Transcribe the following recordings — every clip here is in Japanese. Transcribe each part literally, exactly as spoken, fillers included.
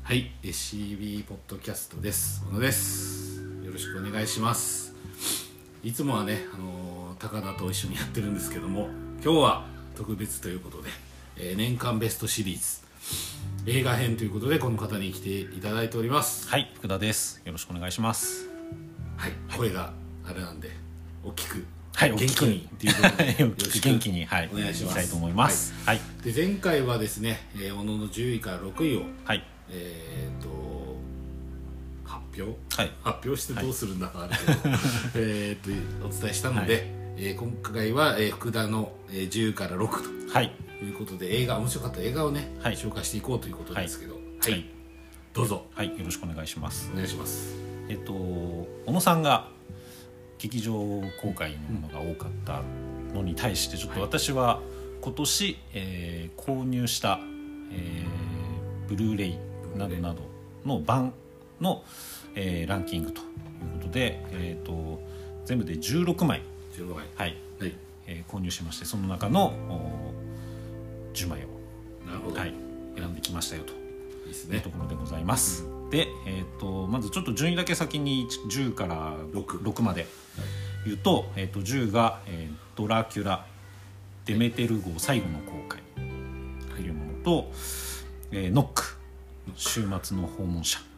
はい、エーシービー ポッドキャストです。小野です。よろしくお願いします。いつもはね、あのー、高田と一緒にやってるんですけども、今日は特別ということで、えー、年間ベストシリーズ映画編ということでこの方に来ていただいております。 はい、福田です。よろしくお願いします。 はい、声があれなんで大きく、 はい、 元気にっていうことでよろしく元気に、はい、 お願いします。 いきたいと思います。はい。はい、 で前回はですね、えー、小野のじゅういからろくいを、 はい、 えー、と発表、 はい、 発表してどうするんだか、はい、あれけどえとお伝えしたので、はい、えー、今回は、えー、福田の、えー、じゅうからろくということで、はい、映画面白かった映画をね、はい、紹介していこうということですけど、はいはい、どうぞ、 はい、よろしくお願いします。 お願いします。 えっと小野さんが劇場公開のものが多かったのに対して、ちょっと私は今年、えー、購入した、えー、ブルーレイなどなどの版の、えー、ランキングということで、えー、と全部でじゅうろくまい、 じゅうろくまい、 はいはい、えー、購入しまして、その中のじゅうまいを、 なるほど、 はい、選んできましたよといいですね、 いうところでございます。うん、で、えー、とまずちょっと順位だけ先にじゅうから 6, ろくまで言うと、はい、えー、とじゅうが、えー、ドラキュラデメテル号最後の航海というものと、はい、えー、ノック週末の訪問者、はい、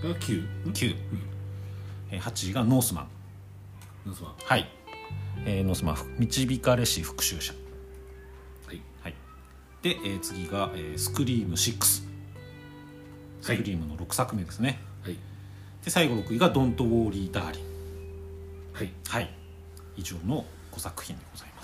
がきゅう、 きゅう、うん、はちいがノースマン、 ノースマン、 はい、えー、ノースマン導かれし復讐者、 はいはい、で、えー、次が、えー、スクリームろく、スクリームのろくさくめですね、はい、で最後ろくいがドントウォーリーダーリン、はい、はい、以上のごさく品でございます。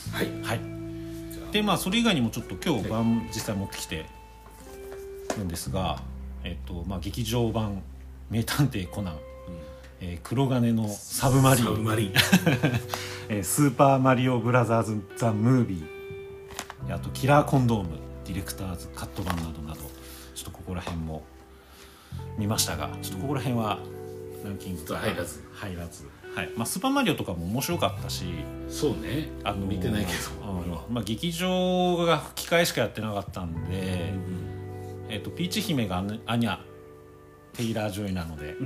はい、 はい、でまあそれ以外にもちょっと今日版、はい、実際持ってきてるんですが、えっとまあ、劇場版名探偵コナン、うん、えー、黒金のサブマリン、サブマリンえー、スーパーマリオブラザーズザムービー、あとキラーコンドームディレクターズカット版などなど、ちょっとここら辺も見ましたが、ちょっとここら辺はランキングと入らず入らず、はい、まあ、スーパーマリオとかも面白かったし、 そうね、あの見てないけど、 うんまあ、劇場が吹き替えしかやってなかったんで、うん、えー、とピーチ姫がアニャテイラー・ジョイなので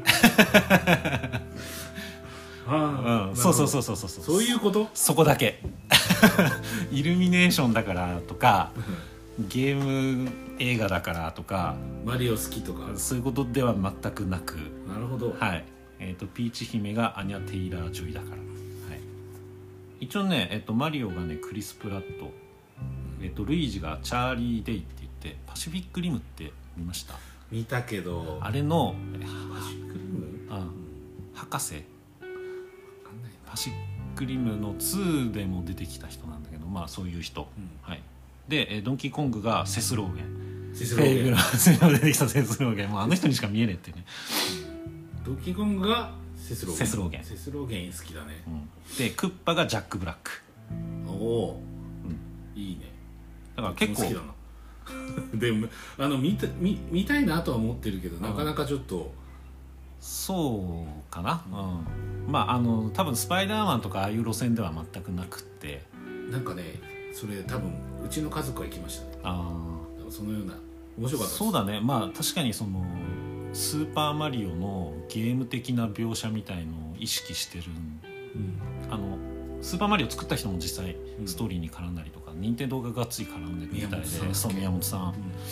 あ、 うん、そうそうそうそうそうそういうこと、 そこだけイルミネーションだからとかゲーム映画だからとかマリオ好きとかそういうことでは全くなく、 なるほど、 はい、えー、とピーチ姫がアニャ・テイラー・ジョイだから、はい、一応ね、えー、とマリオがねクリス・プラット、うん、えー、とルイージがチャーリー・デイって言って、パシフィック・リムって見ました？ 見たけど、 あれのパシフィックリム、 あ、博士パシフィックリムのツーでも出てきた人なんだけど、まあそういう人、うん、はい、でドンキーコングがセスローゲン、セスローゲン出てきたセスローゲン、もうあの人にしか見えねえってね、 ドンキーコングがセスローゲン、 セスローゲン、 セスローゲン好きだね、うん、 でクッパがジャック・ブラック、 おお、うん、いいね、 だから結構好きだなでもあの 見, た 見, 見たいなとは思ってるけど、なかなかちょっと、 そうかな、うん、まああの多分スパイダーマンとかああいう路線では全くなくって、 なんかね、それ多分うちの家族は行きましたね。ああ、そのような面白かったです。 そうだね、まあ確かにそのスーパーマリオのゲーム的な描写みたいのを意識してる、うん、あのスーパーマリオ作った人も実際ストーリーに絡んだりとか、任天堂ががっつり絡んでるみたいで、そう宮本さん、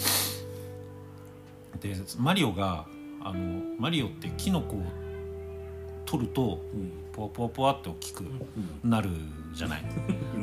うん、でマリオがあのマリオってキノコを取ると、うん、ポワポワポワって大きくなるじゃない、うん、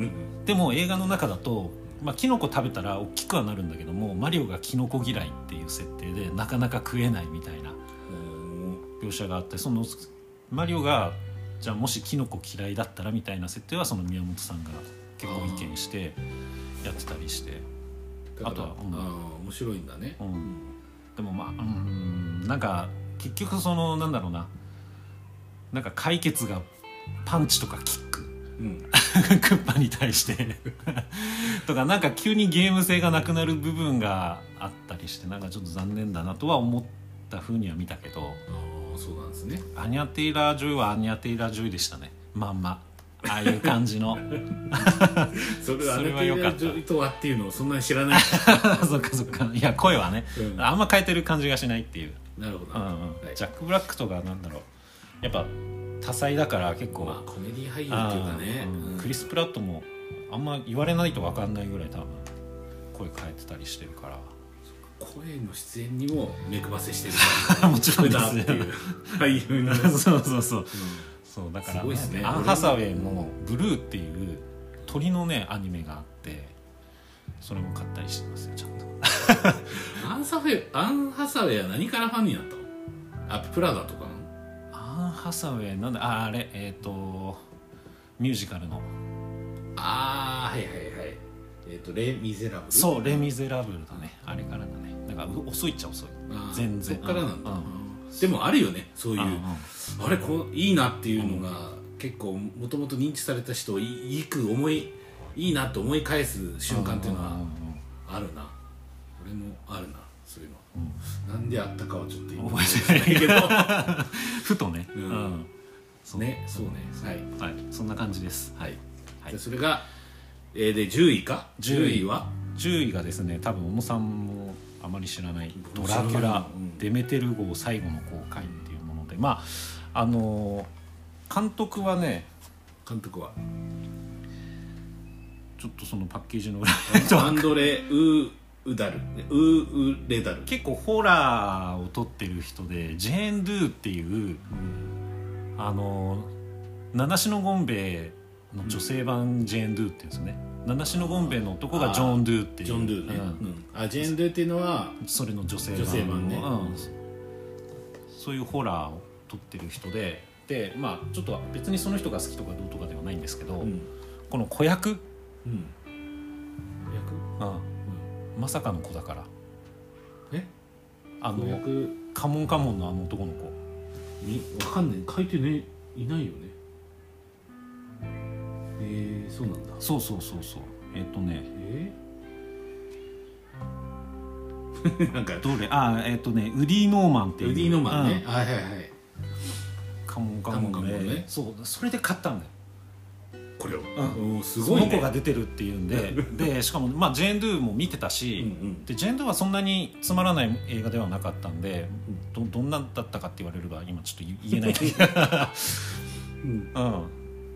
でも映画の中だと、まあ、キノコ食べたら大きくはなるんだけども、マリオがキノコ嫌いっていう設定でなかなか食えないみたいな描写があって、そのマリオがじゃあもしキノコ嫌いだったらみたいな設定はその宮本さんが結構意見してやってたりして、 あとは、うん、あ面白いんだね、 うん、でもまあうんなんか結局そのなんだろうな、なんか解決がパンチとかキック、うん、クッパに対してとか、なんか急にゲーム性がなくなる部分があったりして、なんかちょっと残念だなとは思った風には見たけど、 そうなんですね。 アニャ・テイラー・ジョイはアニャ・テイラー・ジョイでしたね、まんまああいう感じのそれはアナティア・ジョイとはっていうのをそんなに知らないそっかそっか。いや声はね、うん、あんま変えてる感じがしないっていう。 なるほど、 うんうんはい、ジャック・ブラックとかなんだろうやっぱ多彩だから結構、 まあ、コメディ俳優っていうかね、 うん、クリス・プラットもあんま言われないと分かんないぐらい多分声変えてたりしてるから声の出演にも目配せしてるもちろんですっていう俳優にそうそうそう、うん、そうだから、ねね、 アン・ハサウェイもブルーっていう鳥のねアニメがあってそれも買ったりしてますよちゃんとアンサフェアン・ハサウェイは何からファンになったの？あプラダとかのアン・ハサウェイなんだああれえっ、ー、とミュージカルのああはいはいはいえっ、ー、とレ・ミゼラブルそうレ・ミゼラブルだねあれからだねなんか遅いっちゃ遅い全然そっからなんだ、 うんうん、でもあるよねそういう、うんうん、あれこういいなっていうのが、うん、結構もともと認知された人をいいく思いいいなと思い返す瞬間っていうのはあるな俺もあるなそういうの、うん、なんであったかはちょっと覚えてないけどふとね、 うんうん、そうねそうねはい、はい、そんな感じですはい、はい、でそれが、えー、でじゅういかじゅういはじゅういがですね多分小野さんもあまり知らないドラキュラ、うん、デメテル号最後の公開っていうものでまああのー、監督はね監督はちょっとそのパッケージの裏アンドレ・ウーウダルウーウレダル結構ホラーを撮ってる人でジェーン・ドゥっていう、うん、あの七種のゴンベイの女性版ジェーン・ドゥっていうんですね、うん、七種のゴンベイの男がジョン・ドゥっていうジョン・ドゥね、うんうん、あジェーン・ドゥっていうのはそれの女性版女性版ね、 うん、そういうホラーを撮ってる人ででまあちょっと別にその人が好きとかどうとかではないんですけど、うん、この子役、うん、 子役、 うんまさかの子だからえあのカモンカモンのあの男の子にわかんない書いてねいないよねえー、そうなんだそうそうそうそうえっ、ー、とねえー、なんかどれあえっ、ー、とねウディ・ノーマンっていうウディ・ノーマンね、うん、はいはいはいカモンカモンで、ね、そうそれで買ったんだよこれを、 うん、すごい、ね、その子が出てるっていうんででしかも、まあ、ジェーン・ドゥも見てたし、うんうん、でジェーン・ドゥはそんなにつまらない映画ではなかったんで、うん、ど, どんなだったかって言われれば今ちょっと言えないんだけど、うんうん、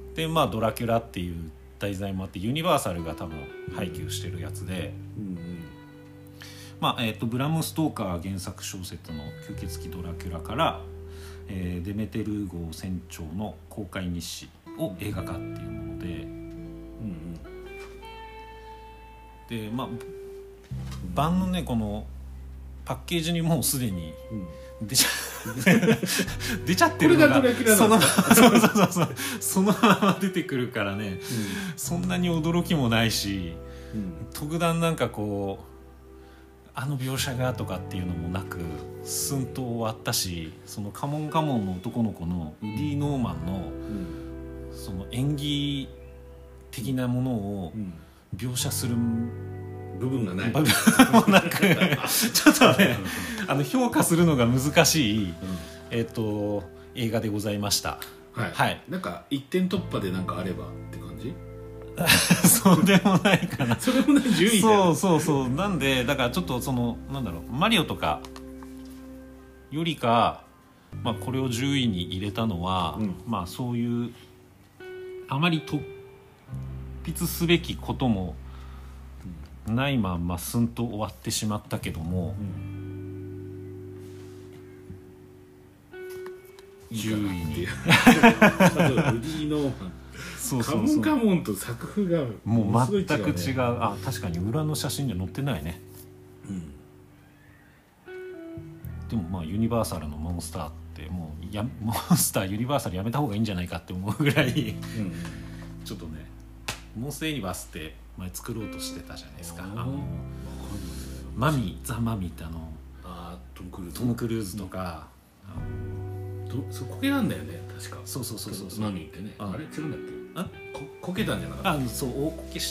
でまあドラキュラっていう題材もあってユニバーサルが多分配給してるやつで、うんうんまあえー、とブラム・ストーカー原作小説の吸血鬼ドラキュラから、えー、デメテル号船長の公開日誌を映画化っていうもので、うんうん、でまあ版のねこのパッケージにもうすでに出ちゃ、うん、出ちゃってるのがそのそうそうそうそうそのまま出てくるからね、うん、そんなに驚きもないし、うん、特段なんかこうあの描写がとかっていうのもなくスンと終わったしそのカモンカモンの男の子のウディ・ノーマンの、うんその演技的なものを描写する部分がない部分もなくちょっとねあの評価するのが難しい、うんえー、と映画でございました、 はいはい、なんか一点突破でなんかあればって感じそうでもないかなそれもないじゅういだよそうそうそうなんでだからちょっとそのなんだろうマリオとかよりか、まあ、これをじゅういに入れたのは、うんまあ、そういうあまり突筆すべきこともないままスンと終わってしまったけども、うん、じゅういにウディノーマンそうそうそうカモンカモンと作風がもう全く違う、あ確かに裏の写真には載ってないね、うん、でもまあユニバーサルのモンスターってもうやモンスターユニバーサルやめた方がいいんじゃないかって思うぐらい、うん、ちょっとねモンスターユニバースって前作ろうとしてたじゃないですか。あのマミザ・マミってあのあトム・クルーズトム・クルーズとか、 うん、そこけなんだよね確か。 そうそうそうそうそうマミってね あ, あれ違うんだっけあここけたんじゃなかった。 あそう大こけして、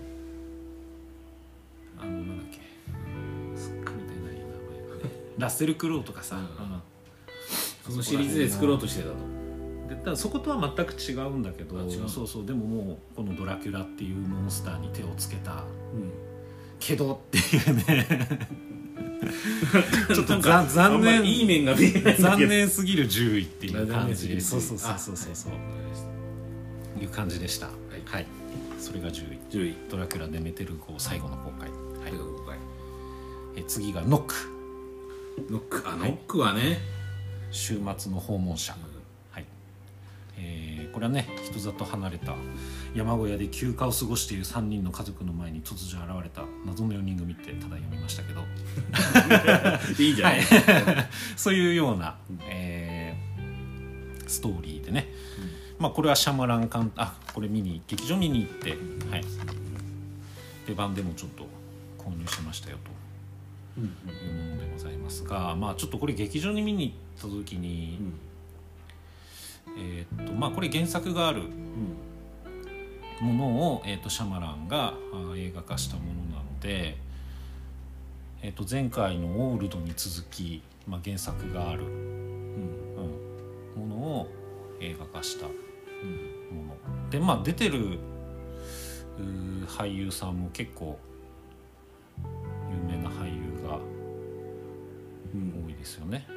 うん、あのなんだっけすっかり出ない名前がねラッセル・クロウとかさ、うん、 そのシリーズで作ろうとしてたと。 でだそことは全く違うんだけど、 違うそうそうでももうこのドラキュラっていうモンスターに手をつけた、 うん、 けどっていうねちょっとざ残念いい面が見えない残念すぎるじゅういっていう感じでそうそうそうそうそうそういう感じでした。はい、はい、それがじゅういじゅういドラキュラデメテル号最後の公開、はい、 公開え次がノックノックあノックはね、 週末の訪問者、はいえー、これはね人里離れた山小屋で休暇を過ごしているさんにんの家族の前に突如現れた謎のよにん組ってただ読みましたけどいいじゃない、 はい、そういうような、えー、ストーリーでね、うんまあ、これはシャマラン監あこれ見に劇場見に行って、はい、出番でもちょっと購入しましたよというものでございますが、まあ、ちょっとこれ劇場に見に行った時に、うんえーっとまあ、これ原作があるものを、えーっとシャマランが映画化したものなので、えーっと前回のオールドに続き、まあ、原作がある、うんうん、ものを映画化したもので、まあ、出てる俳優さんも結構有名な俳優が多いですよね、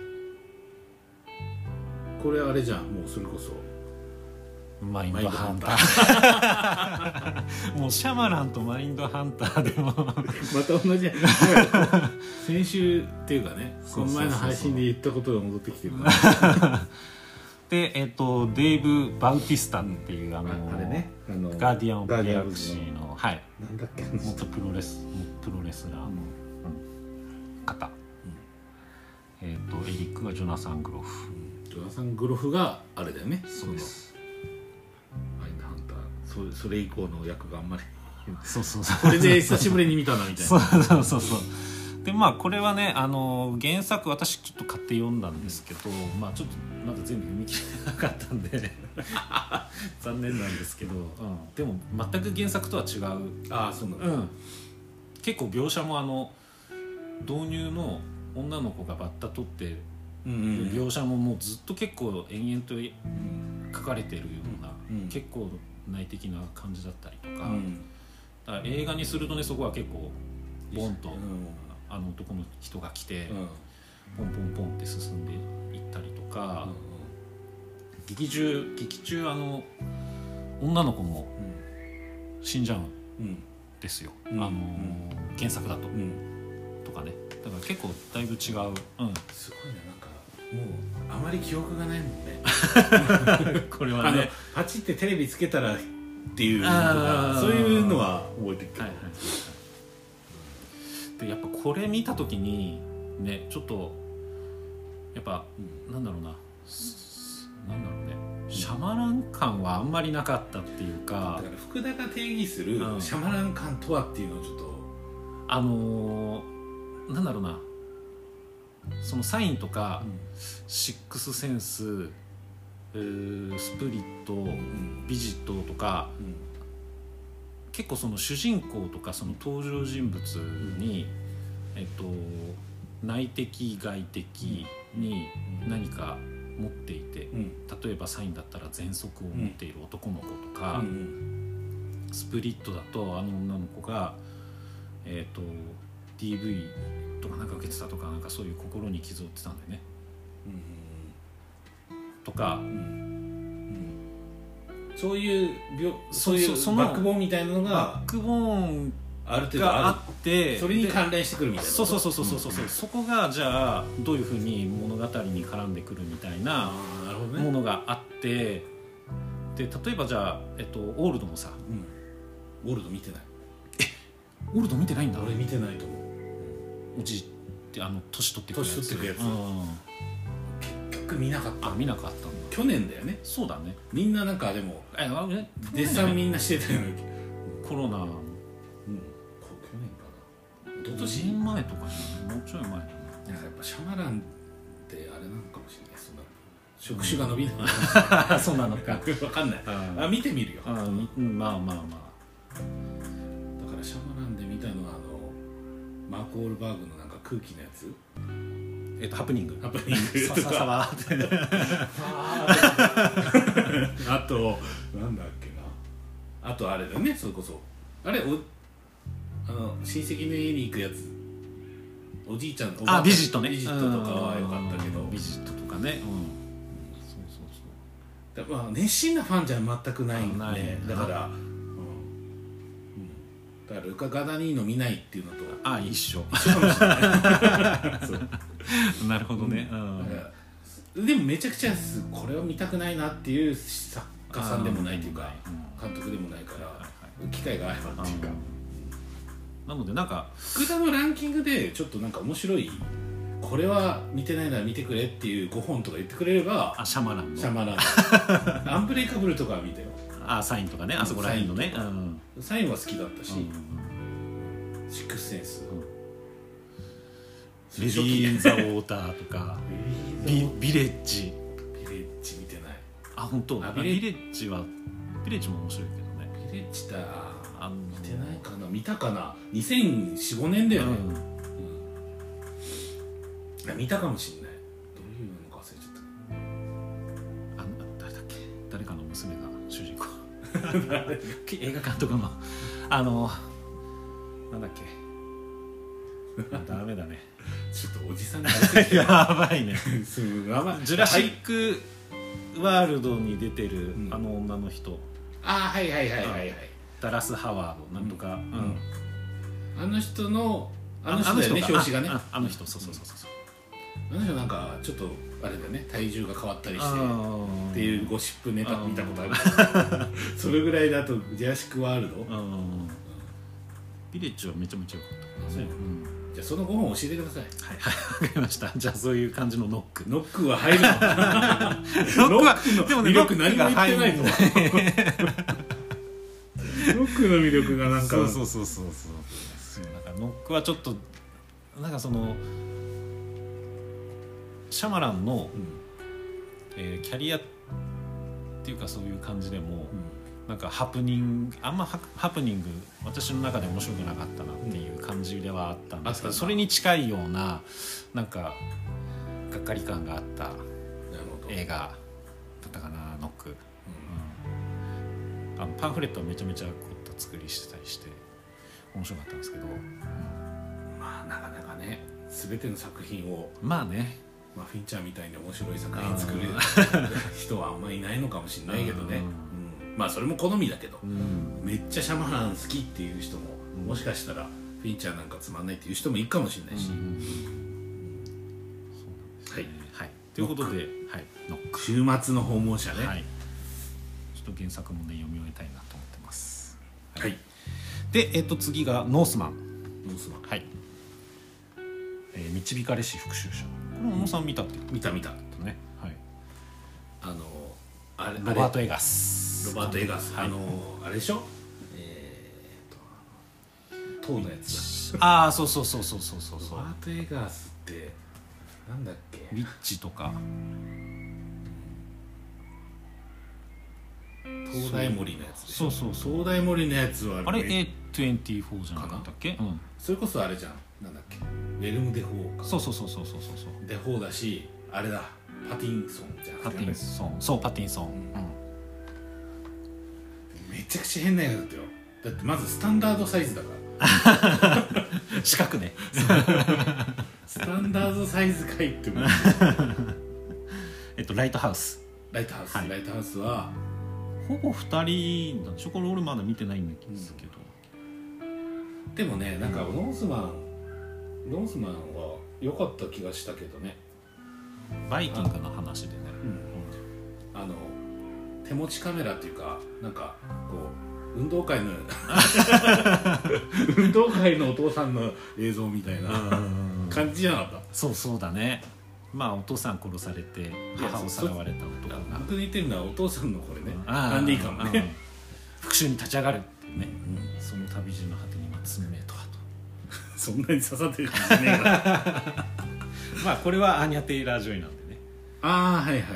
うん、これあれじゃんもうそれこそマインドハンターもうシャマランとマインドハンターでもまた同じ先週っていうかねこの前の配信で言ったことが戻ってきてるからで、えー、とデイブ・バウティスタっていう、うん、あのあれねあのガーディアン・オブ・ギャラクシーの、はい、 なんだっけ元プロレスプロレスラーの、うんうん、方、うんえー、とエリックがジョナサン・グロフ、 うん、ジョナサン・グロフがあれだよねそうですマインドハンター そ, それ以降の役があんまりそうそうそうこれで久しぶりに見たなみたいなそうそうそうそうでまあこれはねあの原作私ちょっと買って読んだんですけど、うん、まあちょっとまだ全部読み切れなかったんで残念なんですけど、うん、でも全く原作とは違うああそうなんだ、 うん、結構描写もあの導入の女の子がバッタ取ってる描写ももうずっと結構延々と書かれてるような、うん、結構内的な感じだったりとか、うん、だから映画にするとねそこは結構ボンと、うん、あの男の人が来て、うん、ポンポンポンって進んでいったりとか、うん、劇中劇中あの女の子も死んじゃうんですよ、うん、あのーうん、原作だと、うん、とかねだから結構だいぶ違う、うん、 すごいねなんかもうあまり記憶がないもんねこれはねパチってテレビつけたらっていうのとかそういうのは覚えてるけど、はいはいでやっぱこれ見た時にねちょっとやっぱ、うん、なんだろうななんだろうねシャマラン感はあんまりなかったっていうかだから福田が定義するシャマラン感とはっていうのをちょっとあのー、なんだろうなそのサインとか、うん、シックスセンススプリット、うん、ビジットとか、うん結構その主人公とかその登場人物に、えっと、内的外的に何か持っていて、うん、例えばサインだったら喘息を持っている男の子とか、うん、スプリットだとあの女の子が、えっと、ディーブイ とかなんか受けてたとかなんかそういう心に傷を負ってたんだよね、うん、とか、うんそういう病そういうバックボーンみたいなのがバックボーンある程度あってそれに関連してくるみたいなそうそうそうそうそうそう、うん、そこがじゃあどういうふうに物語に絡んでくるみたいなものがあって、で例えばじゃあ、えっと、オールドもさ、 うん、オールド見てないえオールド見てないんだ俺見てないと思うおじってあの年取ってくるやつ年取ってくやつ、うん、結局見なかったあ見なかったんだ去年だよねそうだねみんななんかでもえあれデッサンみんなしてたよねコロナうん去年かな一昨年にねんまえとかねもうちょい前だなやっぱシャマランってあれなのかもしれないそんな触手が伸びない、 うん、そうなのか分かんないあ見てみるよあまあまあまあだからシャマランで見たのはあのマーク・オールバーグのなんか空気のやつえっとハプニングハプニングさささわーってあとなんだっけな、あとあれだね、それこそあれおあの親戚の家に行くやつ、おじいちゃんおばあビジットねビジットとかは良かったけど、 ビジットとかね、うん、そうそうそうだまあ熱心なファンじゃ全くないんで、 ないだから、うんうん、だからルカ・ガダニーノ見ないっていうのとあ一緒一緒かもしれないそうなるほどね、うん、 だからでもめちゃくちゃこれを見たくないなっていう作家さんでもないというか、うん、監督でもないから、はいはい、機会があればっていうか、 なのでなんか福田のランキングでちょっとなんか面白い、これは見てないなら見てくれっていうごほんとか言ってくれれば、 あシャマランのシャマランアンブレイカブルとかは見たよ、 あサインとかね、あそこら辺のね、 サイン、うん、サインは好きだったし、うん、シックスセンス、 うん、レディー・イン・ザ・ウォーターとかビ, ビレッジビレッジ見てない、 あ本当あビレッジはビレッジも面白いけどね、 ビレッジだあの見てないかな、見たかな、にせんよん、ごねんだよね、うんうん、見たかもしんない、どういうのか忘れちゃった、 あの誰だっけ、誰かの娘が主人公映画監督のあのなんだっけダメだねちょっとおじさんがやばいねすぐやばいジュラシックワールドに出てる、うん、あの女の人、 ああはいはいはいはいはい、 ダラス・ハワードなんとか、うんうん、あの人のあの人だよね、表紙がね、 あ, あの人そうそうそうそう、 あの人なんかちょっとあれだよね、体重が変わったりしてっていうゴシップネタ見たことあるそれぐらいだとジュラシックワールド、うん、 ビレッジはめちゃめちゃ良かったですね、うん、 じゃあそのごほん教えてください。 はいはい、わかりました。じゃあそういう感じのノックノックは入るのノックの魅力何も言ってないぞノックの魅力がなんかそうそうそうそうそうなんかノックはちょっとなんかそのシャマランの、うんえー、キャリアっていうかそういう感じでも、うんなんかハプニングあんま ハ, ハプニング私の中で面白くなかったなっていう感じではあったんですけど、うん、それに近いようななんかがっかり感があった映画だったかなノック、うんうん、あのパンフレットはめちゃめちゃ凝った作りしてたりして面白かったんですけど、うん、 まあなかなかね全ての作品をまあねまあ、フィンチャーみたいに面白い作品作る人はあんまりいないのかもしれないけどね、うんまあそれも好みだけど、うん、めっちゃシャマラン好きっていう人も、うん、もしかしたらフィンチャーなんかつまんないっていう人もいるかもしれないし、うんうんはい、 はい、ということで、はい、ノック週末の訪問者ね、はい、 ちょっと原作もね読み終えたいなと思ってます、 はい、 で、えっと、次がノースマンノースマン、 はいえー、導かれし復讐者、これ小野さん見たって、 見た見た、 ねはい、 あのあれロバート・エガスロバート・エガス、はい、あのあれでしょ、えー、と塔のやつだああそうそうそうそうそうそうロバート・エガスってなんだっけ、 ウィッチとか東大森のやつでしょ、 そうそうそう東大森のやつはあれ エーにじゅうよん じゃなかったっけ、うん、 それこそあれじゃん、なんだっけウェルム・デフォーか、 そうそうそうそうそうそうデフォーだし、あれだパティンソンじゃん、 パティンソンそうパティンソン、うんめちゃくちゃ変な映画だったよ。だってまずスタンダードサイズだから四角ねスタンダードサイズかいって思うえっとライトハウスライトハウス、 はい、 ライトハウスはほぼふたりなんでしょ、これ俺まだ見てないんですけど、 うん、でもねなんかノースマンノースマンは良かった気がしたけどね、 バイキングの話でね、 うん、あの手持ちカメラっていうかなんかこう運動会の運動会のお父さんの映像みたいな感じじゃなかった？ そうそうだね。まあお父さん殺されて母をさらわれた男が僕に言ってるのはお父さんのこれね、アンディカムね復讐に立ち上がるっていうね、うん、その旅路の果てに待つ運命とはとそんなに刺さってる感じねえからまあこれはアーニャ・テイラー・ジョイなんでね、 ああはいはいはい、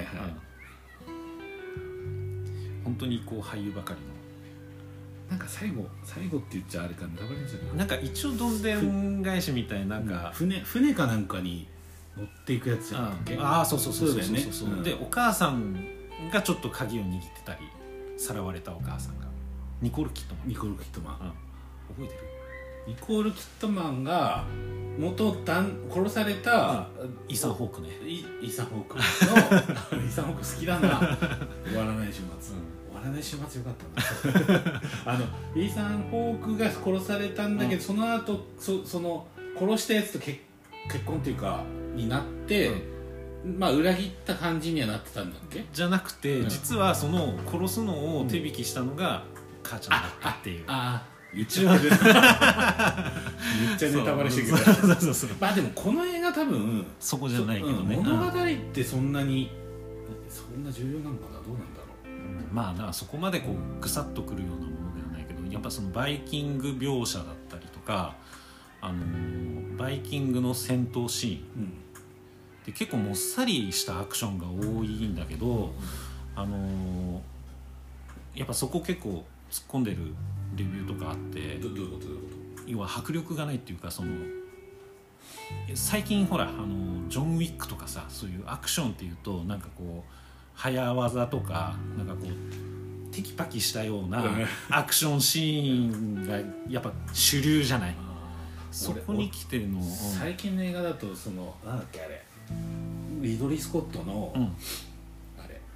本当にこう俳優ばかりのなんか最後最後って言っちゃあれかネタバレじゃない、 なんか一応どんでん返しみたいな、なんか、 うん、船船かなんかに乗っていくやつじゃんけ。 ああそうそうそうそうそうそうそう、 だよね、うん、 でお母さんがちょっと鍵を握ってたり、さらわれたお母さんがニコール・キットマン。 ニコール・キットマン、 うん、覚えてる？ ニコール・キットマンが元旦殺された、 うん、イーサン・ホークね。 イーサン・ホークのイーサン・ホーク好きだな終わらない週末、うん、終わらない週末よかったなあのイーサン・ホークが殺されたんだけど、うん、その後 そ, その殺したやつと 結, 結婚っていうかになって、うん、まあ裏切った感じにはなってたんだっけ？ じゃなくて、うん、実はその殺すのを手引きしたのが母ちゃんだったっていう、うん、ああ言っちゃうめっちゃネタバレしてくるそうそうそうまあでもこの映画多分そこじゃないけどね、 うん、物語ってそんなにそんな重要なのかな、どうなんだろう、 うん、まあだからそこまでこうぐさっとくるようなものではないけど、やっぱそのバイキング描写だったりとか、あのー、バイキングの戦闘シーン、うん、で結構もっさりしたアクションが多いんだけど、うん、あのー、やっぱそこ結構突っ込んでるレビューとかあって、 ど, どういうことどういうこと要は迫力がないっていうか、その最近ほらあのジョン・ウィックとかさ、そういうアクションっていうとなんかこう早技とかなんかこうテキパキしたようなアクションシーンがやっぱ主流じゃない。そこに来てるの、うん、 最近の映画だとそのなんだっけあれリドリー・スコットの、うん、あれ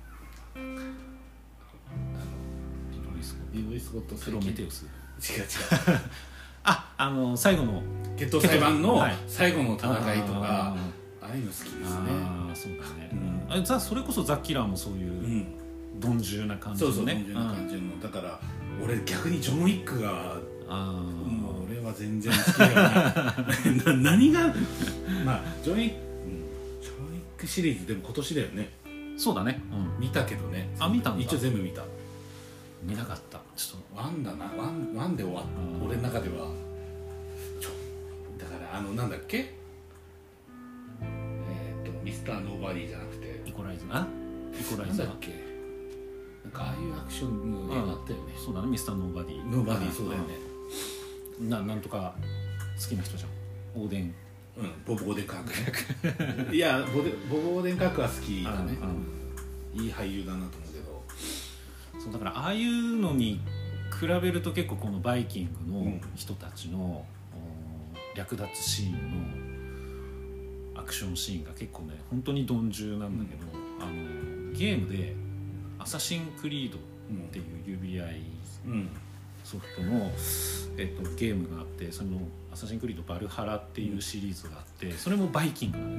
リドリー・スコットプロメテウス違う違うあ、あの最後の決闘裁判の最後の戦いとか、はい、ああいうの好きですね。 あそうだね、うん、あザそれこそザ・キラーもそういう鈍重な感じのね、 そうそう鈍重な感じの、だから俺逆にジョン・ウィックがあもう俺は全然好きだよな何がまあジョン・ウィック、うん、ジョン・ウィックシリーズでも今年だよね。 そうだね、 うん、見たけどね。 あ見たんだ。 一応全部見た。 見なかった。ちょっとワンだな、ワン、ワンで終わった。俺の中ではちょだからあのなんだっけえっ、ー、とミスターノーバディじゃなくてイコライズなイコライズなんだっけ、なんかああいうアクションの映画あったよね。 そうだね、ミスターノーバディノーバディそうだよね。 ななんとか好きな人じゃん、オーデン。 うん、ボブ・オーデンカークいやボデボブ・オーデンカークは好きだね、いい俳優だなと思うけど、 そうだからああいうのに比べると結構このバイキングの人たちの、うん、略奪シーンのアクションシーンが結構ね本当に鈍重なんだけど、うん、あのゲームでアサシンクリードっていう ユービーアイ ソフトの、えっと、ゲームがあって、そのアサシンクリードバルハラっていうシリーズがあって、それもバイキングなの、うん、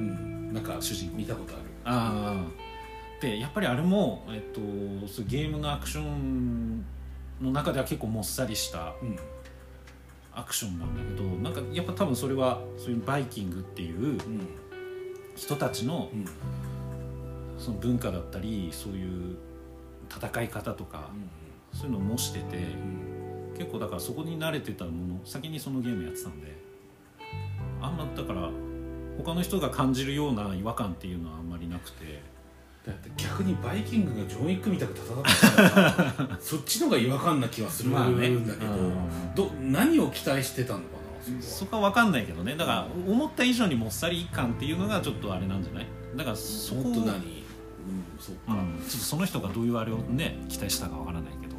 なんか主人公見たことある。 あでやっぱりあれも、えっと、そうゲームのアクションの中では結構もっさりしたアクションなんだけど、なんかやっぱ多分それはそういうバイキングっていう人たちのその文化だったり、そういう戦い方とか、そういうのを模してて、結構だからそこに慣れてたもの、先にそのゲームやってたんで、あんまだから他の人が感じるような違和感っていうのはあんまりなくて、 だって逆にバイキングがジョン・ウィックみたく戦ってたらそっちの方が違和感な気はするんだけど、まあね、ど何を期待してたのかな、 そこは分かんないけどね。だから思った以上にもっさり感っていうのがちょっとあれなんじゃない。だからそこを、うん、そっか、うん、ちょっとその人がどういうあれをね期待したか分からないけど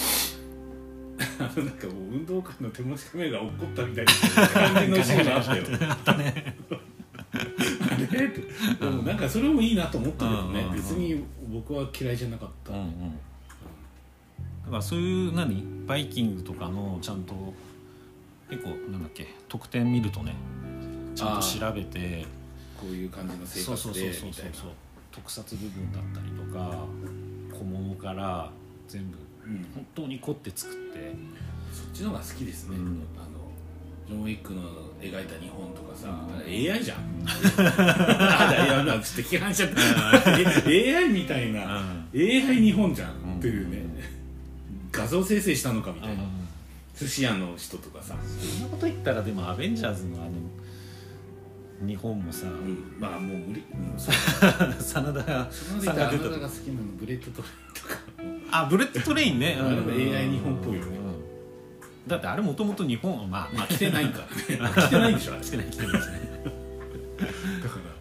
なんかもう運動会の手持ちカメラが怒ったみたいな感じのシーンがあったよあったねあれでもなんかそれもいいなと思ったけどね、うん、別に僕は嫌いじゃなかった、うんうん、 だからそういう何バイキングとかのちゃんと結構なんだっけ特典見るとね、ちゃんと調べてこういう感じの生活でみたいな特撮部分だったりとか小物から全部本当に凝って作って、うん、 そっちの方が好きですね、うん、あのジョン・ウィックの描いた日本とかさ、うん、エーアイ じゃんあだいやなちょっと批判しちゃったエーアイ みたいな、うん、エーアイ 日本じゃん、うん、っていうね、画像生成したのかみたいな、うん、寿司屋の人とかさ、 そんなこと言ったらでもアベンジャーズのあの日本もさ、うん、 まあもう無理、うん、 真田さんが出た真田が好きなのブレッドトレインとかあブレッドトレインねあれも エーアイ 日本っぽいよね、 うん、だってあれもともと日本まあ、まあ、 来てないからね来てないでしょあれ来てない来てないですねだから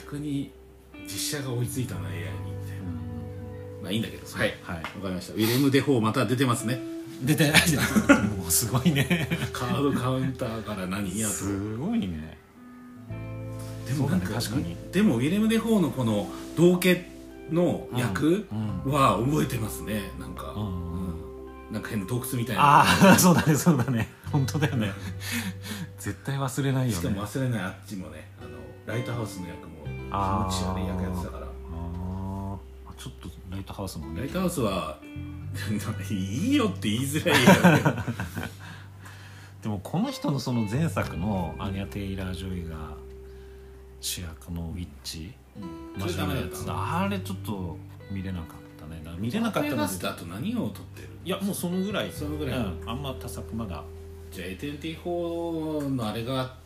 逆に実写が追いついたな エーアイ にみたいな、うん、まあいいんだけど、はい、はい、分かりました。ウィレム・デフォーまた出てますね。 出てないもうすごいねカードカウンターから何やとすごいね。 でもなんか確かにでもウィレム・デフォーのこの道化の役は覚えてますね。なんか、うんうん、なんか変な洞窟みたいな。 ああそうだねそうだね本当だよね絶対忘れないよね。 しかも忘れないあっちもね、あのライトハウスの役も気持ち悪い役やってたから。ああちょっとライトハウスもね。 ライトハウスはいいよって言いづらいよでもこの人のその前作のアニャ・テイラー・ジョイが主役のウィッチ、うん、マジのやつだ。あれちょっと見れなかったね。だ見れなかったのであと何を撮ってる？ いやもうそのぐらいそのぐらい、うん、 あんま多作まだ。 じゃあ エーにじゅうよん のあれがあって、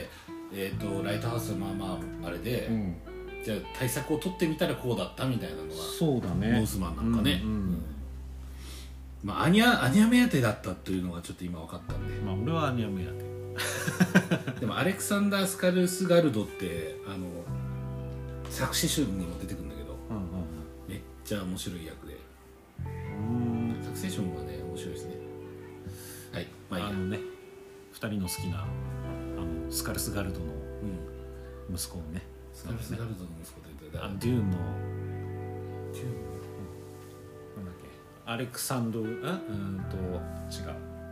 えー、とライトハウスはまあまああれで、うん、じゃあ対策を取ってみたらこうだったみたいなのがそうだね。 ノースマンなんかね、うんうんうんまあ、アニャアニャ目当てだったというのがちょっと今分かったんで、 まあ俺はアニャ目当てでもアレクサンダー・スカルスガルドってあの作詞集にも出てくるんだけど、うんうんうん、めっちゃ面白い役で、うんサクセッションはね面白いですね。はい、まあいいや。 あのねふたりの好きなあのスカルスガルドの息子をね、 うん、スカルスガルドの息子というとあのデューンのデューンアレクサンドル、うん、うんと違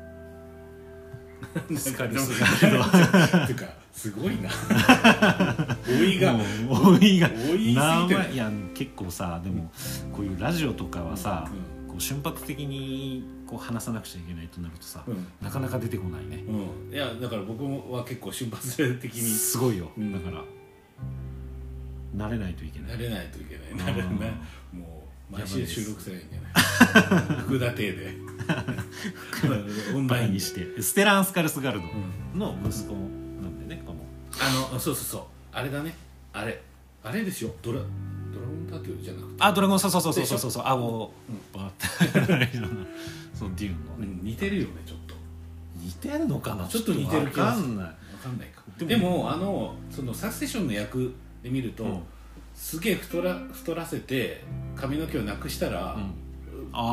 うスカルスガルドっていうかすごいな老いが老いが名前いや結構さでもこういうラジオとかはさ、うん、こう瞬発的にこう話さなくちゃいけないとなるとさ、うん、なかなか出てこないね、 うん、いやだから僕は結構瞬発的にすごいよ、うん、だから慣れないといけない慣れないといけない慣れないもう毎週収録すればいいんじゃない福田邸でオンラインにしてステラン・スカルスガルドの息子なんでね、このあのそうそうそうあれだねあれあれですよドラドラゴンタトゥーじゃなくてあドラゴンそうそうそうそうそうそうあもうバーってそうデューンのね、 うん、似てるよねちょっと似てんのかなちょっと似てる気がする分かんない分かんないかでも、でもあのそのサクセションの役で見ると、うん、すげえ太ら太らせて髪の毛をなくしたら、うん、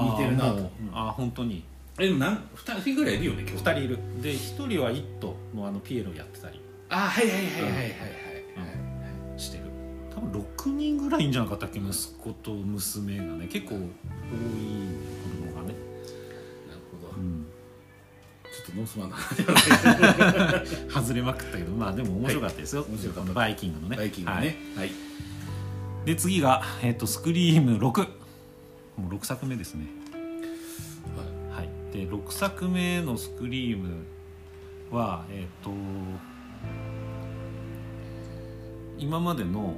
似てるなと、うん、 あ本当にえでも何ふたりぐらいいるよね今日ふたりいるでひとりは「イット!」のあのピエロやってたりあはいはいはいはいはいはい、 うん、してる多分ろくにんぐらいいんじゃなかったっけ息子と娘がね結構多い子供がねなるほど、うん、ちょっとノースマンの話は外れまくったけどまあでも面白かったですよ、はい、面白かったバイキングのねバイキングね、はいはい、 で次が、えーと、スクリームろくもうろくさくめですねはい、はい、でろくさくめのスクリームはえっ、ー、と今までの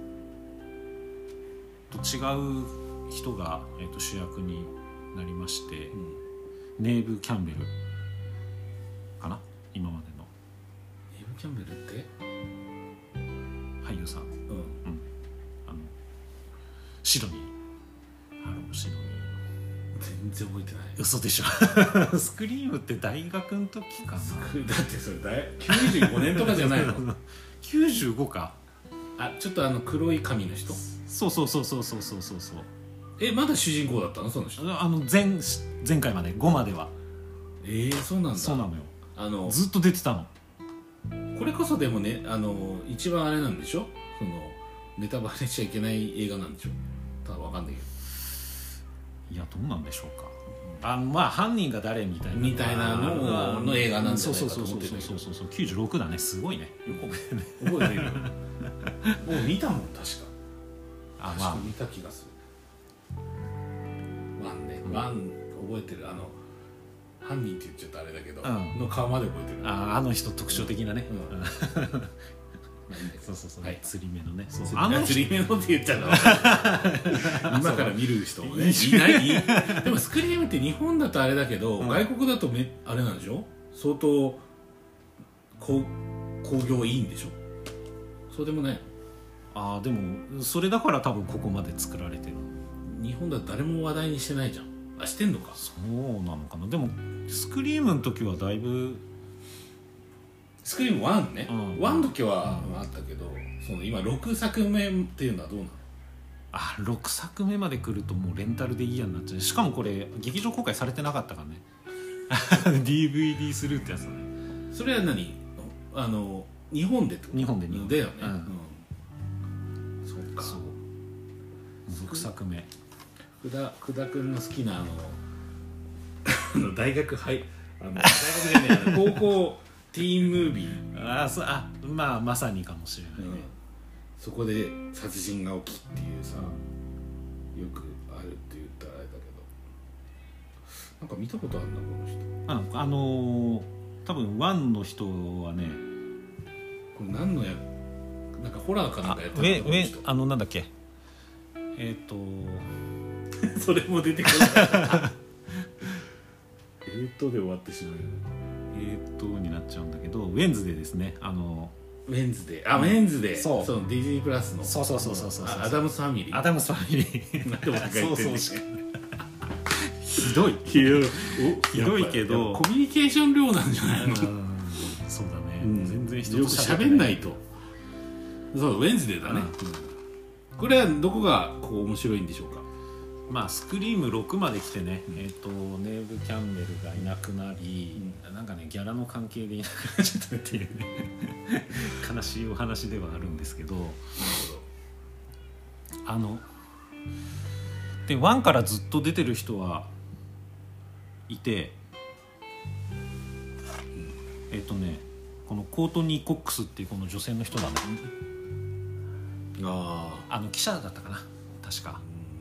と違う人が、えー、と主役になりまして、うん、ネイブ・キャンベルかな今までのネイブ・キャンベルって俳優さん、うんうん、あのシドニーハローシドニー全然覚えてない嘘でしょスクリームって大学の時かなだってそれきゅうじゅうごねんとかじゃないのきゅうじゅうごかあちょっとあの黒い髪の人そうそうそうそうそうそうそうえまだ主人公だったのその人あの 前, 前回までごまではえー、そうなんだそうなのよあのずっと出てたのこれこそでもねあの一番あれなんでしょそのネタバレしちゃいけない映画なんでしょただ分かんないけどいやどうなんでしょうかあまあ犯人が誰みたいなみたいなのの映画なんじゃないかと思ってたけどそうそうそうそうきゅうじゅうろくだねすごいねよく覚えてる覚えてるもう見たもん確かあ確か見た気がするワンね、うん、ワン覚えてるあの犯人って言っちゃったあれだけど、うん、の顔まで覚えてるああの人特徴的なね、うんうんそうそうそう、はい、釣り目のねそうあの釣り目のって言っちゃうの今から見る人もねいないでもスクリームって日本だとあれだけど、うん、外国だとめあれなんでしょ相当興行いいんでしょそうでもないああでもそれだから多分ここまで作られてる日本だと誰も話題にしてないじゃんあしてんのかそうなのかなでもスクリームの時はだいぶスクリームワンね、うん、ワンの時はあったけどその今ろくさくめっていうのはどうなの？ あ、ろくさくめまで来るともうレンタルでいいやになっちゃう。しかもこれ劇場公開されてなかったからねディーブイディー スルーってやつだね。 それは何、あの日本でってこと？ 日本で日本だよね、 うんうん、そうか。 そうろくさくめ、 福田福田君の好きなあのあの大学はいあの大学じゃねえ高校ティーンムービー、 あそあまあまさにかもしれないね、 うん、そこで殺人が起きっていうさ、よくあるって言ったらあれだけど、なんか見たことあるなこの人。 ああのー、多分ワンの人はね、 これ何のやなんかホラーかなんかやってるるの？ 上上あのなんだっけえっ、ー、 とそれも出てこないえーっとで終わってしまう。 えーっとになっちゃうんだけど、ウェンズデーですね。あのウェンズデー、あ、ウェンズデー、 そうそのディズニープラスの、 そうそうそうそうそうそう、 アダムスファミリー、 アダムスファミリーなんて僕が言ってるんですか。 ひどいひどいひどいけどコミュニケーション量なんじゃないの？ そうだね、うん、全然人とよく喋んないと。そう、ウェンズデーだね、うん、これはどこがこう面白いんでしょうか？ まあスクリームろくまで来てね、うん、えー、とネーブ・キャンベルがいなくなり、うん、なんかねギャラの関係でいなくなっちゃったっていうね悲しいお話ではあるんですけど、あのでワンからずっと出てる人はいて、えっ、ー、とねこのコートニー・コックスっていうこの女性の人なんだよね。 ああの記者だったかな確か。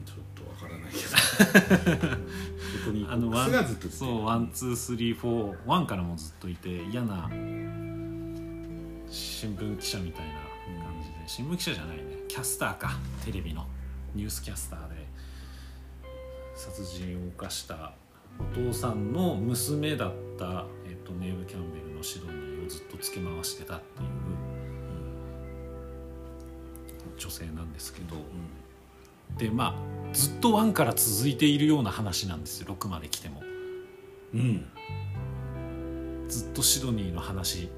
あのワンそうワンツースリーフォーワンからもずっといて、嫌な新聞記者みたいな感じで、新聞記者じゃないね、キャスターか、テレビのニュースキャスターで殺人を犯したお父さんの娘だった、えっと、ネーブ・キャンベルのシドニーをずっとつけ回してたっていう、うん、女性なんですけど、うん、でまあずっとワンから続いているような話なんですよ、ろくまで来ても、 うん、 ずっとシドニーの話、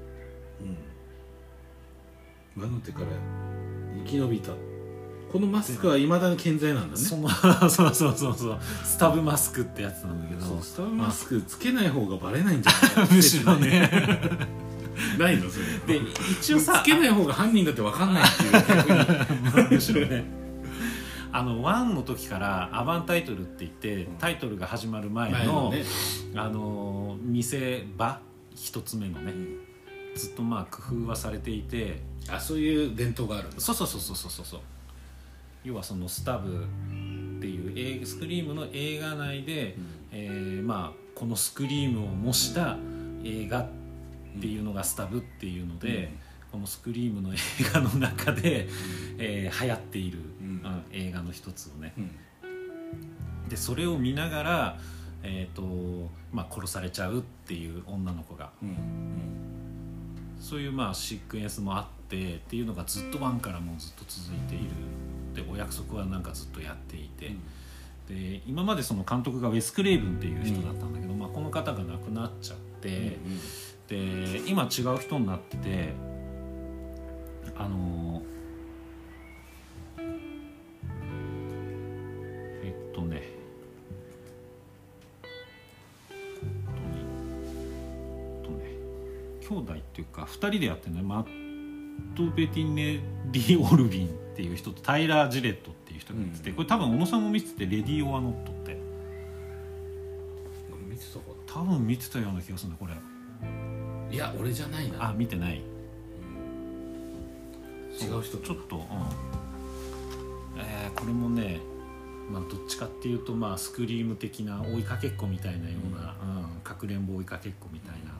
うん、魔の手から生き延びた。このマスクはいまだに健在なんだね。 そのそうそうそうそう、スタブマスクってやつなんだけど、 そうスタブマスクつけない方がバレないんじゃないかむしろねないのそれで一応さつけない方が犯人だって分かんないっていう逆にむしろねあのワンの時からアバンタイトルって言ってタイトルが始まる前 の,、前のね、あの見せ場一つ目のね、うん、ずっとまあ工夫はされていて、 あそういう伝統があるんだ。 そうそうそうそうそうそう、要はそのスタブっていうスクリームの映画内で、うん、えー、まあこのスクリームを模した映画っていうのがスタブっていうので、うん、このスクリームの映画の中で、うん、えー、流行っている、うん、映画の一つをね、うん、でそれを見ながら、えーとまあ、殺されちゃうっていう女の子が、うんうん、そういうまあシークエンスもあってっていうのがずっとワンからもずっと続いている。でお約束はなんかずっとやっていて、うん、で今までその監督がウェス・クレイブンっていう人だったんだけど、うん、まあ、この方が亡くなっちゃって、うんうん、で今違う人になってて、あのえっとねえっとね兄弟っていうかふたりでやってるね、マット・ベティネリー・オルビンっていう人とタイラー・ジレットっていう人がいてて、うん、これ多分小野さんも見てて、レディー・オア・ノットって見てたかな、多分見てたような気がするんだこれ。 いや俺じゃないな。 あ見てない、うん、 違う人ちょっと、うん、えー、これもね、まあ、どっちかっていうと、まあ、スクリーム的な追いかけっこみたいなような、うんうん、かくれんぼ追いかけっこみたいな、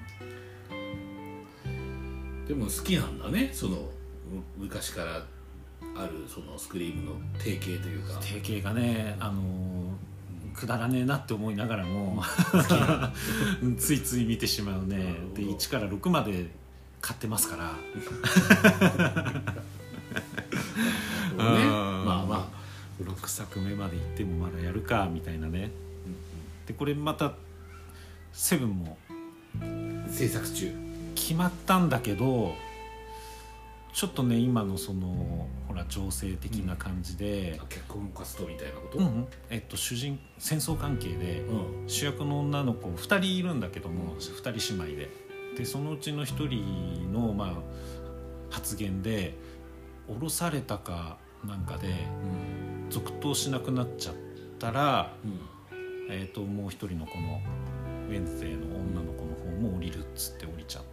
うん、でも好きなんだね、その昔からあるそのスクリームの定型というか、 定型がね、あのー、くだらねえなって思いながらもついつい見てしまうね。でいちからろくまで買ってますからね、まあまあろくさくめまで行ってもまだやるかみたいなね。でこれまたセブンも制作中決まったんだけど、 ちょっとね今のそのほら情勢的な感じで、 うん、結婚活動みたいなこと、 うんうん、えっと主人戦争関係で、うん、主役の女の子ふたりいるんだけども、うん、ふたり姉妹ででそのうちのひとりの、まあ、発言で降ろされたかなんかで、うん、続投しなくなっちゃったら、うんえー、ともう一人のこのウェンズデーの女の子の方も降りるっつって降りちゃって、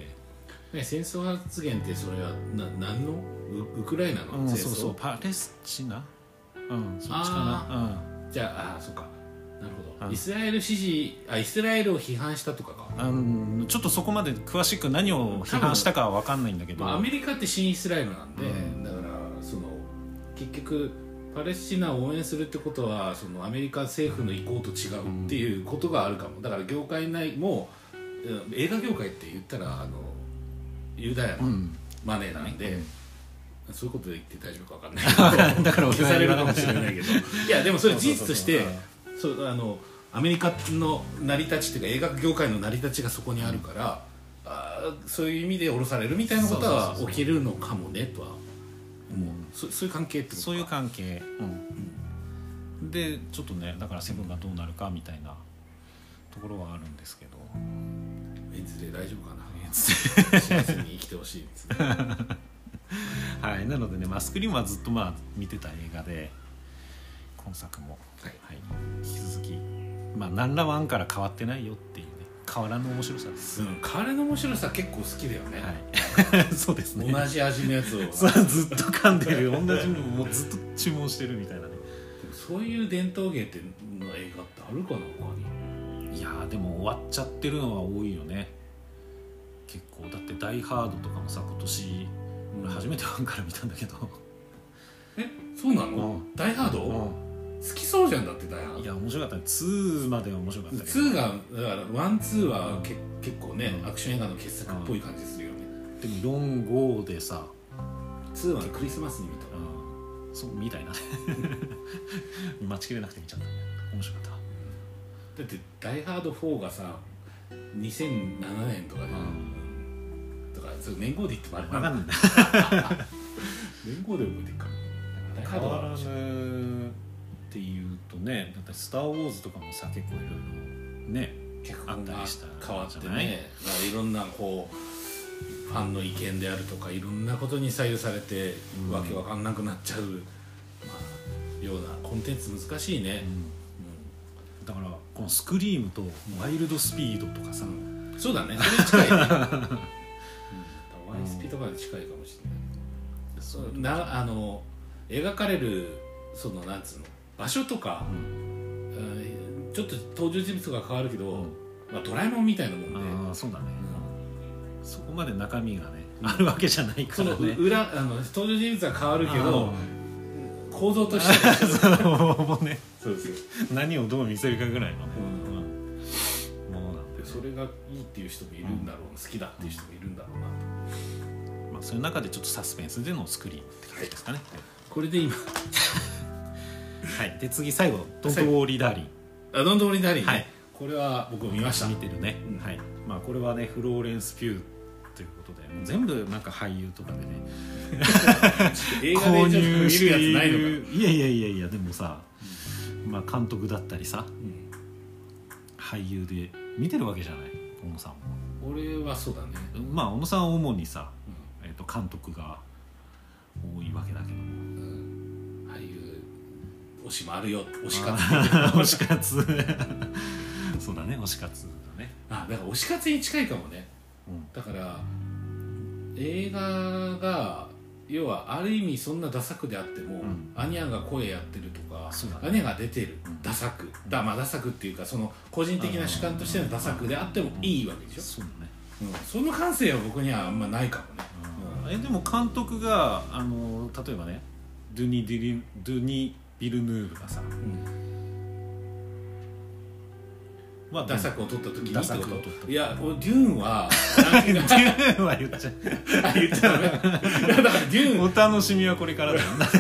ね、戦争発言ってそれはな何の ウ, ウクライナのうん、 戦争、 そうそうパレスチナ、うん、そっちかな、 うん、じゃああそうかなるほど、イスラエル支持あイスラエルを批判したとかか、 うん、ちょっとそこまで詳しく何を批判したかは分かんないんだけど、 まあ、アメリカって新イスラエルなんで、うん、だからその結局パレスチナを応援するってことはそのアメリカ政府の意向と違うっていうことがあるかも。だから業界内も映画業界って言ったらあのユダヤのマネーなんで、うん、そういうことで言って大丈夫か分かんないけどだから消されるかもしれないけどいやでもそれ事実としてそうあのアメリカの成り立ちっていうか映画業界の成り立ちがそこにあるから、うん、あそういう意味で降ろされるみたいなことは起きるのかもねとは思う、うん、そ, そういう関係ってことか。 そういう関係、うんうん、でちょっとねだからセブンがどうなるかみたいなところはあるんですけど、 エンズで大丈夫かな幸せに生きてほしいですねはい、なのでね、まあ、スクリームはずっとまあ見てた映画で今作も、はいはい、引き続き、まあ、何らワンから変わってないよっていうね変わらぬ面白さです、 うん、変わらぬ面白さ結構好きだよね、 はい、そうですね同じ味のやつをずっと噛んでる同じのもうずっと注文してるみたいなね。 でもそういう伝統芸っての映画ってあるかな他に。 いやでも終わっちゃってるのは多いよね結構。だってダイハードとかもさ今年、うん、初めてワンから見たんだけどえそうなの、うん、ダイハード、うん、好きそうじゃん。だってダイハードいや面白かったね。ツーまでは面白かったけどツーがだからワンツーは、うん、け結構ね、うん、アクション映画の傑作っぽい感じするよね、 うん、でもよん、ごでさツーはクリスマスに見た、 うん、そうみたいなね待ちきれなくて見ちゃったね。面白かった。 だってダイハードフォーがさにせんななねんとかで、うん、だからそれ年号で言ってもあれ分かんないんだ年号で覚えてるかダイハードがっていうとねだってスター・ウォーズとかもさ結構いろいろねあったりした変わってねいろんなこうファンの意見であるとかいろんなことに左右されて、うん、わけわかんなくなっちゃう、まあ、ようなコンテンツ難しいね、うんうん、だからこのスクリームとワイルドスピードとかさ、うん、 そうだねそれ近いね、うん、ワイスピとかで近いかもしれない、うん、そうなあの描かれるそのなんつうの場所とか、うん、ちょっと登場人物が変わるけど、うんまあ、ドラえもんみたいなもんで、 あそうだね、うん、そこまで中身がね、うん、あるわけじゃないからね。 その裏あの登場人物は変わるけど構造としてはもうねそうですよ何をどう見せるかぐらいのね、 うんうん、ものなんでそれがいいっていう人もいるんだろう、うん、好きだっていう人もいるんだろうなと、 まあ、そういう中でちょっとサスペンスでのスクリーンって感じですかね、はい、 これで今はい、で次最後ドントウォーリーダーリン。 あドントウォーリーダーリンね、はい、これは僕も見ました。 見てるね、うんはいまあ、これはねフローレンス・ピューということでもう全部なんか俳優とかでね映画でちょっと見るやつないのか。 いやいやいやいやでもさ、うんまあ、監督だったりさ、うん、俳優で見てるわけじゃない小野さんも。 俺はそうだね。 まあ小野さんは主にさ、うんえー、と監督が多いわけだけども、 うん、俳優推しもあるよ推し活推し活そうだね推し活だね。 あだから推し活に近いかもね、うん、だから映画が要はある意味そんなダ作であっても、うん、アニャが声やってるとか、ね、アニャが出てる、うん、ダ作だ、まあ、ダ作っていうかその個人的な主観としてのダ作であってもいいわけでしょ。 そうだね、 うん、その感性は僕にはあんまないかもね、 うん、えでも監督があの例えばねドゥニ・ディリドゥニビルヌーブがさ、うんまあ、ダ作を撮った時にダ作を撮ったいやデューンはデューンは言っちゃうあ言っちゃダメだからデューンお楽しみはこれからだよ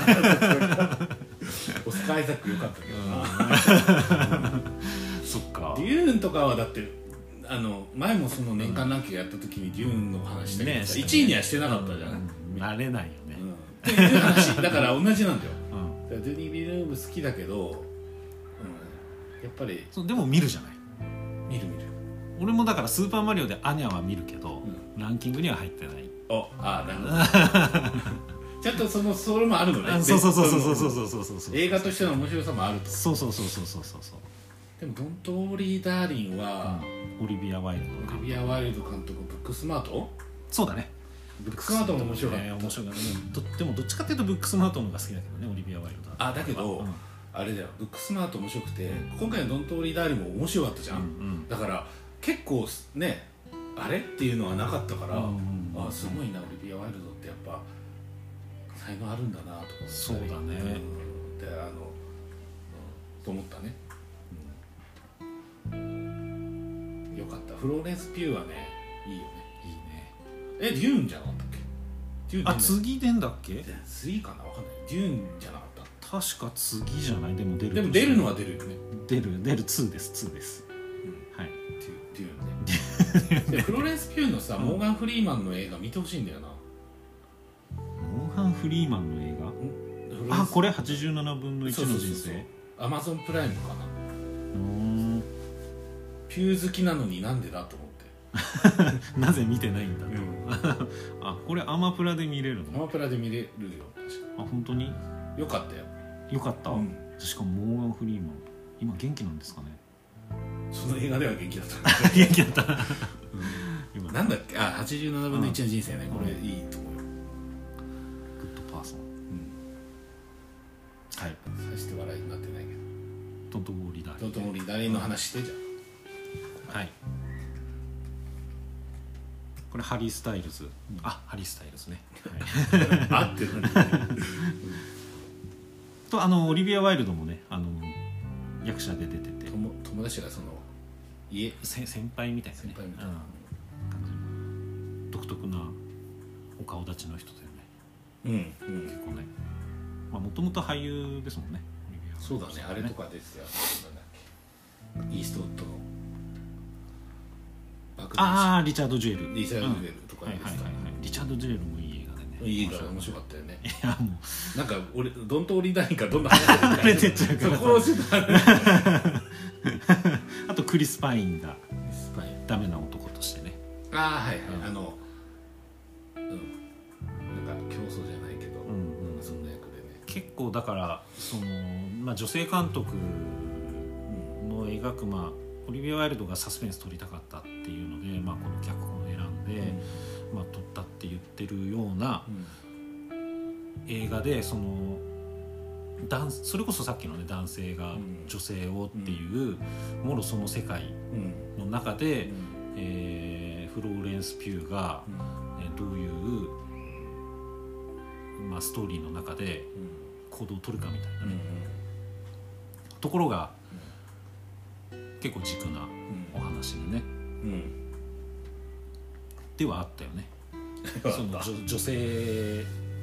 オスカー・アイザックよかったけどなそっかデューンとかはだってあの前もその年間ランキングやった時にデューンの話したけどさ、ね、いちいにはしてなかったじゃない、うん、 なれないよね、 うん、っていう話だから同じなんだよ、 うん、 だからドゥニ・ビルヌーブ好きだけど、うん、やっぱりそうでも見るじゃない。 見る見る。 俺もだからスーパーマリオでアニャは見るけど、 うん、 ランキングには入ってない。 おあなるほどちゃんとそのそれもあるのね。 そうそうそうそうそうそうそうそうそう映画としての面白さもあると。 そうそうそうそうそうそうそう。 でもドント・ウォリー・ダーリンは、 うん、オリビア・ワイルドオリビア・ワイルド監督、ブックスマート。 そうだね、 ブックスマートも面白かった、 ね、面白かった、ね、どでもどっちかっていうとブックスマートの方が好きだけどね、オリビア・ワイルドは。 あだけど、うん、あれだよ、ブックスマート面白くて、今回のドント・ウォリー・ダーリンも面白かったじゃん、うんうん、だから結構ねあれっていうのはなかったから、うんうん、あすごいな、オリビア・ワイルドってやっぱ才能あるんだなとか思ったり。 そうだね、うん、 であの、うん、と思ったね、うん、よかった。フローレンス・ピューはねいいよね。 いいね。 えデューンじゃなかったっけ。デューンあ次出んだっけ。 スリーかな、わかんない。デューンじゃなかった。 確か次じゃない。でも出る。 でも出るのは出るよね。 出る出るツーですツーです、うん、はい。 デューンねでフローレンス・ピューのさ、モーガン・フリーマンの映画見てほしいんだよな。 モーガン・フリーマンの映画、あこれはちじゅうななぶんのいちの人生。アマゾンプライムかな。 うーんピュー好きなのになんでだと思ってなぜ見てないんだと、うん、あこれアマプラで見れるの。 アマプラで見れるよ確か。 あ本当によかったよ。 よかった、うん、しかもモーガン・フリーマン今元気なんですかね。 その映画では元気だった元気だった、 うん、なんだっけ、あはちじゅうななぶんのいちの人生ね、うん、これいいと思うよ。 グッドパーソン、うん、はいさして笑いになってないけど。トントモリダリトントモリダリの話してじゃん。 はい、これハリー・スタイルズ、うん、あハリー・スタイルズね、 はい、合ってるとあのオリビア・ワイルドもねあの役者で出てて、 友, 友達がその家先輩みたいな、ね、 先輩みたいな、 うん、独特なお顔立ちの人だよね、うんうん、結構ねもともと俳優ですもんね。 そうだね、あれとかですよ、なんだっけイーストウッドのああリチャード・ジュエルリチャード・ジュエルとかですか、 はいはいはいはい、リチャード・ジュエルもいい映画でね。 いい映画面白かったよね。 いやもうなんか俺ドント・オリー・ダーリンからどんどん離れてっちゃうからそこをちょっとあとクリス・パインがダメな男としてね。 ああはいはい、うん、あのうんなんか競争じゃないけど、うんうん、そんな役でね結構だからその、まあ、女性監督の描く、まあ、オリビア・ワイルドがサスペンス撮りたかったっていうので、まあ、この脚本を選んで、うんまあ、撮ったって言ってるような映画で、その男それこそさっきのね男性が女性をっていう、もろその世界の中で、えー、フローレンス・ピューが、えー、どういう、まあ、ストーリーの中で行動を取るかみたいなね、ところが結構軸なお話でね、うん、ではあったよねその 女, 女性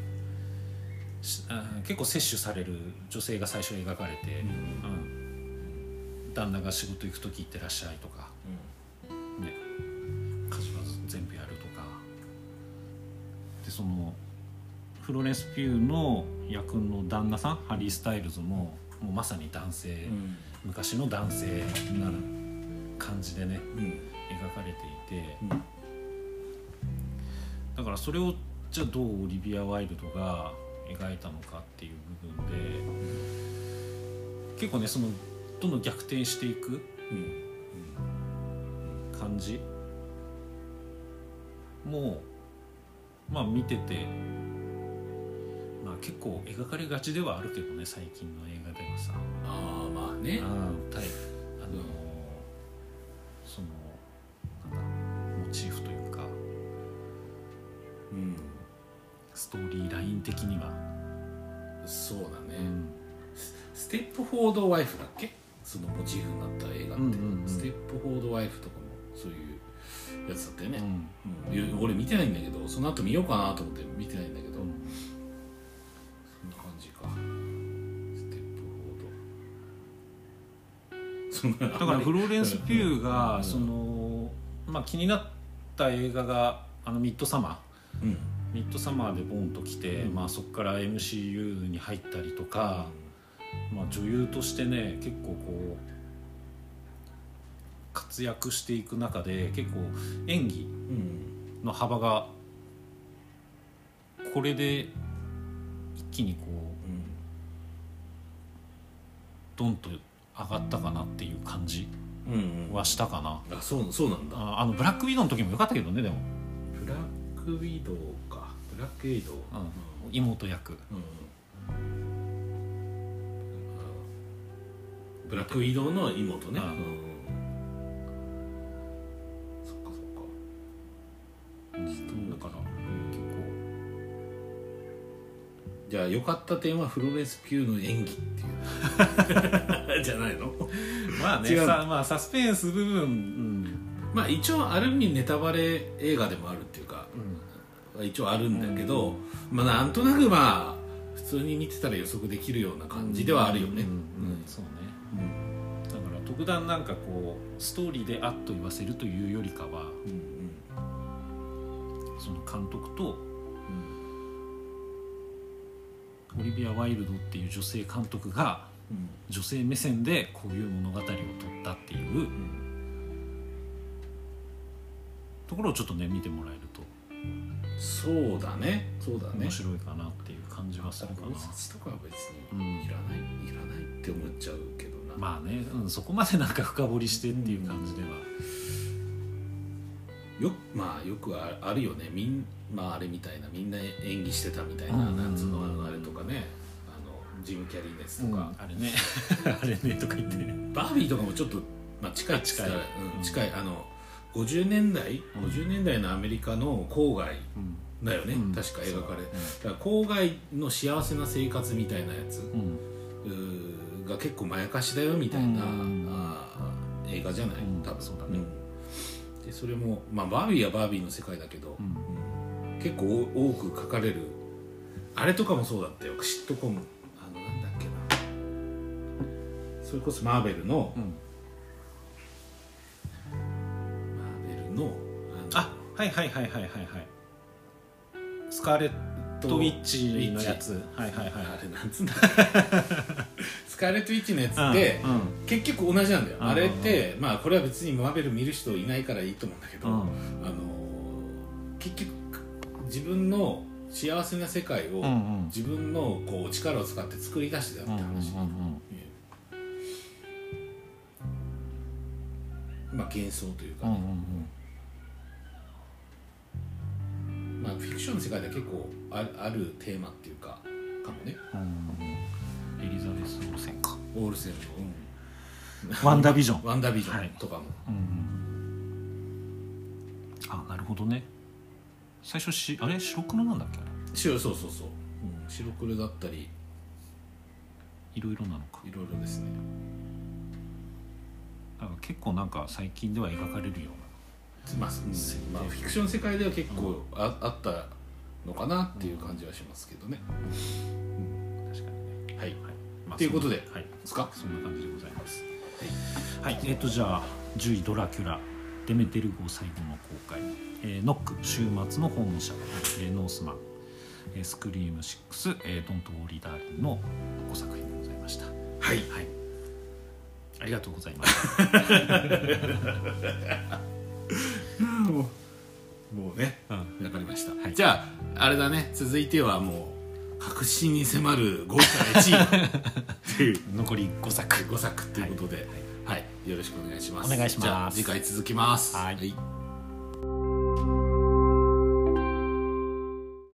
あ結構摂取される女性が最初描かれて、うんうん、旦那が仕事行く時行ってらっしゃいとか、うんね、家事は全部やるとかで、そのフローレンス・ピューの役の旦那さんハリー・スタイルズももうまさに男性、うん、昔の男性な感じでね、うん、描かれていて、うん、だからそれをじゃあどうオリビア・ワイルドが描いたのかっていう部分で、うん、結構ねそのどんどん逆転していく感じもまあ見てて、まあ、結構描かれがちではあるけどね最近の映画ではさ。 ああまあね、 あタイあの、うん、そのなんだモチーフというか、うん、ストーリーライン的にはそうだね、うん、ステップフォードワイフだっけ、そのモチーフになった映画って、うんうんうん、ステップフォードワイフとかもそういうやつだったよね、うんうん、俺見てないんだけどその後見ようかなと思って見てないんだけど、うん、そんな感じか。ステップフォードだからフローレンス・ピューがその、まあ、気になった映画があのミッドサマー、 ミッドサマーでボンと来て、うんまあ、そこから エムシーユー に入ったりとか、うんまあ、女優としてね結構こう活躍していく中で結構演技の幅がこれで一気にこう、うん、ドンと上がったかなっていう感じはしたかな、 うんうん、あそう、そうなんだ。 あ, あのブラックウィドウの時も良かったけどね。でもブラックウィドウかブラックウィドウ、うん、 妹役、うん、 ブラックウィドウの妹ね、うんうんだから、うん、結構じゃあ良かった点はフローレンス・ピューの演技っていうじゃないのまあねさ、まあ、サスペンス部分、うん、 まあ一応ある意味ネタバレ映画でもあるっていうか、うん、一応あるんだけど、うん、まあなんとなくまあ普通に見てたら予測できるような感じではあるよね。 そうね、うん、だから特段なんかこうストーリーであっと言わせるというよりかは、うんその監督と、うん、オリビア・ワイルドっていう女性監督が、うん、女性目線でこういう物語を撮ったっていう、うん、ところをちょっとね見てもらえるとそうだねそうだね面白いかなっていう感じはするかな。 考察とかは別にいらない、うん、いらないって思っちゃうけどな。 まあね、うん、そこまでなんか深掘りしてっていう感じでは、 よ, まあ、よく あ, あるよねみん、まあ、あれみたいなみんな演技してたみたいな、うん、なんつうのあれとかねあのジム・キャリーのやつとか、うん、 あれねあれねとか言ってバービーとかもちょっと、まあ、近い近い、うん、近いあのごじゅうねんだい、うん、ごじゅうねんだいのアメリカの郊外だよね、うん、確か描かれ、うん、だから郊外の幸せな生活みたいなやつ、うん、が結構まやかしだよみたいな、うん、あ映画じゃない、うん、多分そうだね、うんでそれも、まあ、バービーはバービーの世界だけど、うん、結構多く書かれるあれとかもそうだったよ。シットコムあのなんだっけなそれこそマーベルの、うん、マーベルのあはいはいはいはいはいはいスカーレットウィッチのやつはいはいはいあれなんつうんだスカーレットウィッチのやつって、うんうん、結局同じなんだよ、うん、あれって、まあこれは別にマーベル見る人いないからいいと思うんだけど、うん、あの結局自分の幸せな世界を、うんうん、自分のこう力を使って作り出してたって話、うんうんうんうん、まあ幻想というかね、うんうんうんまあ、フィクションの世界では結構あ る, あるテーマっていうかかもね、うんエリザベス・オールセンかオールセンの、 うん、ワンダービジョンワンダービジョンとかも、はいうんうん、あなるほどね。最初しあれ白黒なんだっけあれ白そうそうそう、うん、白黒だったりいろいろなのかいろいろですね。 だから結構なんか最近では描かれるような、 まあうんまあ、フィクションの世界では結構 あ,、うん、あったのかなっていう感じはしますけどね、うんうん、確かにねはい、はいまあ、ということで、はい、ですかそんな感じでございます。はい、はい、えっ、ー、とじゃあじゅういドラキュラデメテル号最後の公開、えー、ノック週末の訪問者、えー、ノースマン、えー、スクリームシックス、えー、ドントウォーリーダーリンのごさく品でございました。はい、はい、ありがとうございましたもう、もうね、うん、分かりました、はい、じゃああれだね続いてはもう確信に迫るごいからいちいっていう残りごさくごさくということで、はい、はいはい、よろしくお願いします。 お願いします。 じゃあ次回続きます。 はい。はい。